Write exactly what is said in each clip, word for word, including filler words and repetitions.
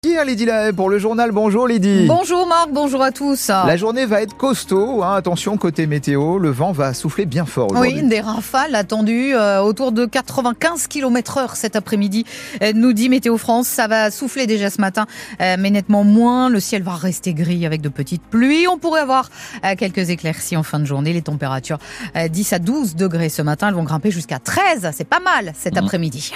Hier, Lydie Lahaye pour le journal. Bonjour Lydie. Bonjour Marc, bonjour à tous. La journée va être costaud, hein. Attention côté météo, le vent va souffler bien fort aujourd'hui. Oui, des rafales attendues euh, autour de quatre-vingt-quinze kilomètres heure cet après-midi, euh, nous dit Météo France. Ça va souffler déjà ce matin, euh, mais nettement moins. Le ciel va rester gris avec de petites pluies. On pourrait avoir euh, quelques éclaircies en fin de journée. Les températures euh, dix à douze degrés ce matin, elles vont grimper jusqu'à treize. C'est pas mal cet mmh. après-midi.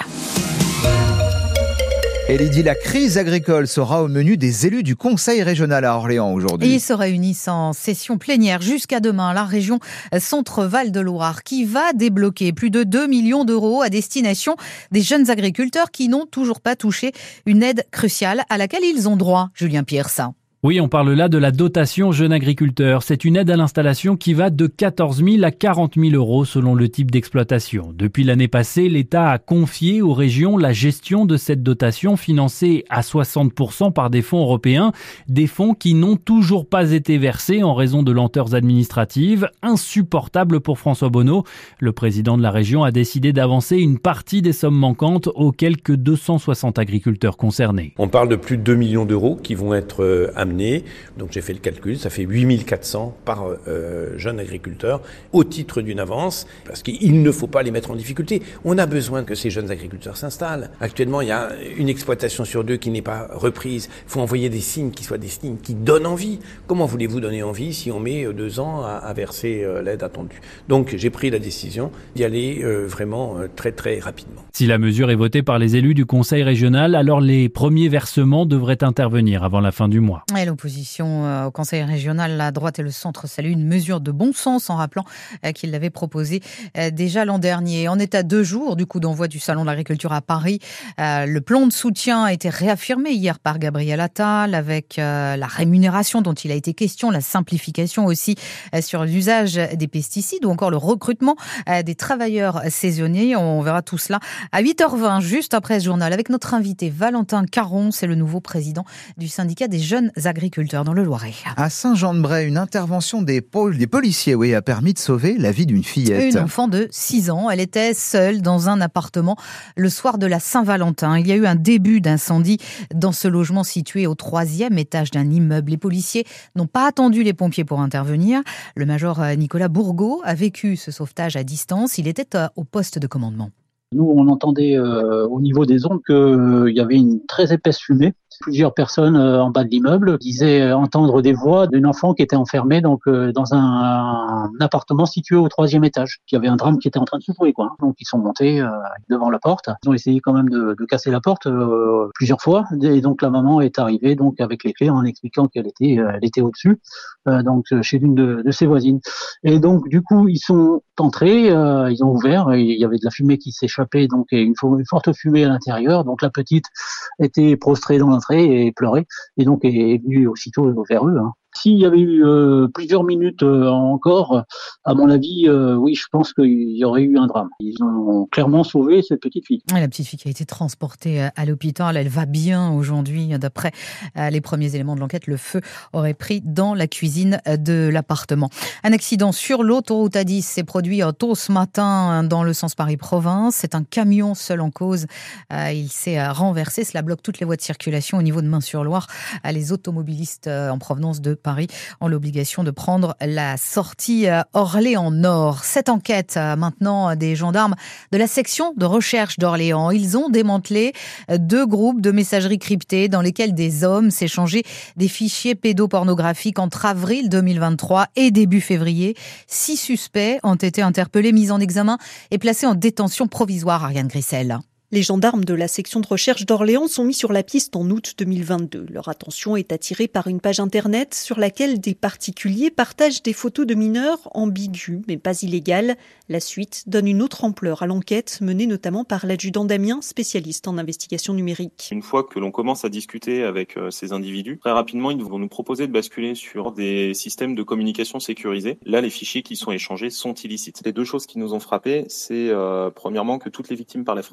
Et Lydie, la crise agricole sera au menu des élus du Conseil régional à Orléans aujourd'hui. Et ils se réunissent en session plénière jusqu'à demain. La région Centre-Val de Loire qui va débloquer plus de deux millions d'euros à destination des jeunes agriculteurs qui n'ont toujours pas touché une aide cruciale à laquelle ils ont droit. Julien Pierce. Oui, on parle là de la dotation jeune agriculteur. C'est une aide à l'installation qui va de quatorze mille à quarante mille euros selon le type d'exploitation. Depuis l'année passée, l'État a confié aux régions la gestion de cette dotation financée à soixante pour cent par des fonds européens. Des fonds qui n'ont toujours pas été versés en raison de lenteurs administratives. Insupportable pour François Bonneau. Le président de la région a décidé d'avancer une partie des sommes manquantes aux quelques deux cent soixante agriculteurs concernés. On parle de plus de deux millions d'euros qui vont être euh, amenés. Donc j'ai fait le calcul, ça fait huit mille quatre cents par euh, jeune agriculteur au titre d'une avance, parce qu'il ne faut pas les mettre en difficulté. On a besoin que ces jeunes agriculteurs s'installent. Actuellement, il y a une exploitation sur deux qui n'est pas reprise. Il faut envoyer des signes qui soient des signes qui donnent envie. Comment voulez-vous donner envie si on met deux ans à, à verser euh, l'aide attendue? Donc j'ai pris la décision d'y aller euh, vraiment euh, très très rapidement. Si la mesure est votée par les élus du Conseil régional, alors les premiers versements devraient intervenir avant la fin du mois. Et l'opposition au Conseil régional, la droite et le centre saluent une mesure de bon sens en rappelant qu'ils l'avaient proposée déjà l'an dernier. En état deux jours du coup d'envoi du Salon de l'agriculture à Paris, le plan de soutien a été réaffirmé hier par Gabriel Attal avec la rémunération dont il a été question, la simplification aussi sur l'usage des pesticides ou encore le recrutement des travailleurs saisonniers. On verra tout cela à huit heures vingt, juste après ce journal, avec notre invité Valentin Caron, c'est le nouveau président du syndicat des jeunes agriculteurs dans le Loiret. À Saint-Jean-de-Bray, une intervention des, pol- des policiers oui, a permis de sauver la vie d'une fillette. Une enfant de six ans, elle était seule dans un appartement le soir de la Saint-Valentin. Il y a eu un début d'incendie dans ce logement situé au troisième étage d'un immeuble. Les policiers n'ont pas attendu les pompiers pour intervenir. Le major Nicolas Bourgault a vécu ce sauvetage à distance. Il était au poste de commandement. Nous, on entendait euh, au niveau des ondes qu'il euh, y avait une très épaisse fumée. Plusieurs personnes euh, en bas de l'immeuble disaient entendre des voix d'une enfant qui était enfermée donc euh, dans un, un appartement situé au troisième étage. Il y avait un drame qui était en train de se jouer, quoi. Donc ils sont montés euh, devant la porte. Ils ont essayé quand même de, de casser la porte euh, plusieurs fois. Et donc la maman est arrivée donc avec les clés en expliquant qu'elle était, euh, elle était au-dessus, euh, donc chez l'une de, de ses voisines. Et donc du coup ils sont entrés, euh, ils ont ouvert. Et il y avait de la fumée qui s'échappait, donc et une, une forte fumée à l'intérieur. Donc la petite était prostrée dans l'entrée et pleurait, et donc est venu aussitôt vers eux. Hein. S'il y avait eu euh, plusieurs minutes euh, encore, à mon avis, euh, oui, je pense qu'il y aurait eu un drame. Ils ont clairement sauvé cette petite fille. La petite fille qui a été transportée à l'hôpital, elle va bien aujourd'hui. D'après les premiers éléments de l'enquête, le feu aurait pris dans la cuisine de l'appartement. Un accident sur l'autoroute A dix s'est produit tôt ce matin dans le sens Paris-Province. C'est un camion seul en cause. Il s'est renversé. Cela bloque toutes les voies de circulation au niveau de Main-sur-Loire. Les automobilistes en provenance de Paris ont l'obligation de prendre la sortie Orléans-Nord. Cette enquête maintenant des gendarmes de la section de recherche d'Orléans. Ils ont démantelé deux groupes de messagerie cryptée dans lesquels des hommes s'échangeaient des fichiers pédopornographiques entre avril deux mille vingt-trois et début février. Six suspects ont été interpellés, mis en examen et placés en détention provisoire. Ariane Grissel. Les gendarmes de la section de recherche d'Orléans sont mis sur la piste en août deux mille vingt-deux. Leur attention est attirée par une page internet sur laquelle des particuliers partagent des photos de mineurs ambiguës mais pas illégales. La suite donne une autre ampleur à l'enquête menée notamment par l'adjudant Damien, spécialiste en investigation numérique. Une fois que l'on commence à discuter avec euh, ces individus, très rapidement ils vont nous proposer de basculer sur des systèmes de communication sécurisés. Là, les fichiers qui sont échangés sont illicites. Les deux choses qui nous ont frappés, c'est euh, premièrement que toutes les victimes parlaient français.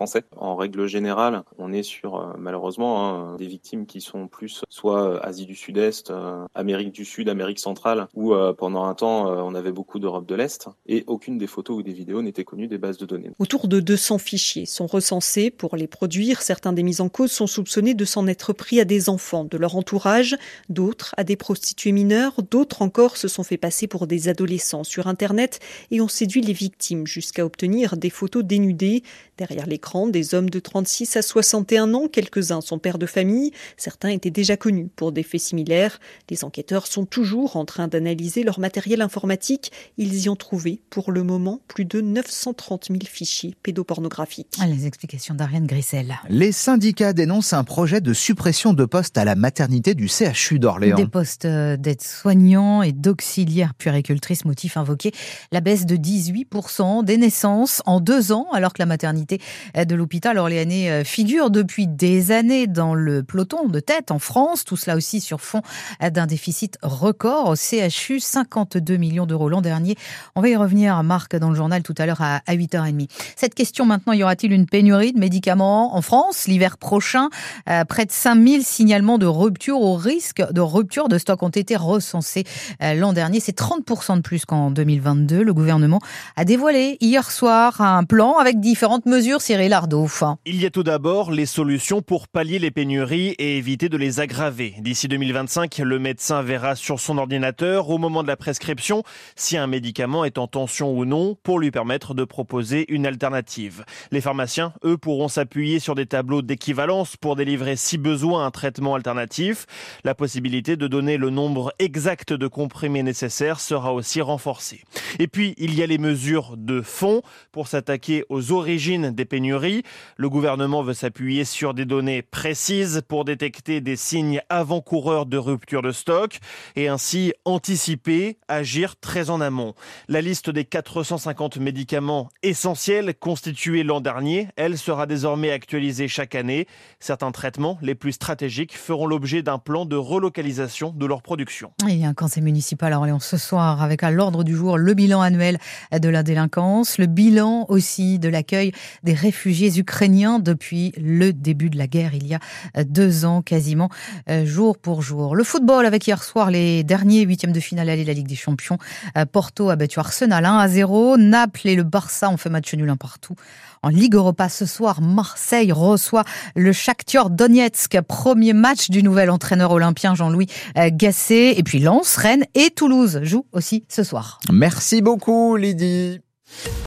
En règle générale, on est sur euh, malheureusement hein, des victimes qui sont plus soit euh, Asie du Sud-Est, euh, Amérique du Sud, Amérique centrale, où euh, pendant un temps euh, on avait beaucoup d'Europe de l'Est, et aucune des photos ou des vidéos n'était connue des bases de données. Autour de deux cents fichiers sont recensés. Pour les produire, certains des mis en cause sont soupçonnés de s'en être pris à des enfants de leur entourage, d'autres à des prostituées mineures, d'autres encore se sont fait passer pour des adolescents sur Internet et ont séduit les victimes jusqu'à obtenir des photos dénudées. Derrière l'écran, des hommes de trente-six à soixante et un ans, quelques-uns sont pères de famille, certains étaient déjà connus pour des faits similaires. Les enquêteurs sont toujours en train d'analyser leur matériel informatique. Ils y ont trouvé, pour le moment, plus de neuf cent trente mille fichiers pédopornographiques. Les explications d'Ariane Grissel. Les syndicats dénoncent un projet de suppression de postes à la maternité du C H U d'Orléans. Des postes d'aides-soignants et d'auxiliaires puéricultrices, motif invoqué, la baisse de dix-huit pour cent des naissances en deux ans, alors que la maternité de l'hôpital orléanais figure depuis des années dans le peloton de tête en France. Tout cela aussi sur fond d'un déficit record au C H U, cinquante-deux millions d'euros l'an dernier. On va y revenir, Marc, dans le journal tout à l'heure à huit heures trente. Cette question maintenant, y aura-t-il une pénurie de médicaments en France l'hiver prochain? euh, Près de cinq mille signalements de rupture au risque de rupture de stock ont été recensés euh, l'an dernier. C'est trente pour cent de plus qu'en deux mille vingt-deux. Le gouvernement a dévoilé hier soir un plan avec différentes mesures, Cyril Ardo. Il y a tout d'abord les solutions pour pallier les pénuries et éviter de les aggraver. D'ici deux mille vingt-cinq, le médecin verra sur son ordinateur, au moment de la prescription, si un médicament est en tension ou non, pour lui permettre de proposer une alternative. Les pharmaciens, eux, pourront s'appuyer sur des tableaux d'équivalence pour délivrer, si besoin, un traitement alternatif. La possibilité de donner le nombre exact de comprimés nécessaires sera aussi renforcée. Et puis, il y a les mesures de fond pour s'attaquer aux origines des pénuries. Le gouvernement veut s'appuyer sur des données précises pour détecter des signes avant-coureurs de rupture de stock et ainsi anticiper, agir très en amont. La liste des quatre cent cinquante médicaments essentiels constitués l'an dernier, elle sera désormais actualisée chaque année. Certains traitements les plus stratégiques feront l'objet d'un plan de relocalisation de leur production. Il y a un conseil municipal à Orléans ce soir avec à l'ordre du jour le bilan annuel de la délinquance, le bilan aussi de l'accueil des réfugiés ukrainiens depuis le début de la guerre, il y a deux ans quasiment, jour pour jour. Le football avec hier soir les derniers huitièmes de finale aller de la Ligue des Champions. Porto a battu Arsenal un à zéro. Naples et le Barça ont fait match nul un partout. En Ligue Europa ce soir, Marseille reçoit le Shakhtar Donetsk. Premier match du nouvel entraîneur olympien Jean-Louis Gasset. Et puis Lens, Rennes et Toulouse jouent aussi ce soir. Merci beaucoup Lydie.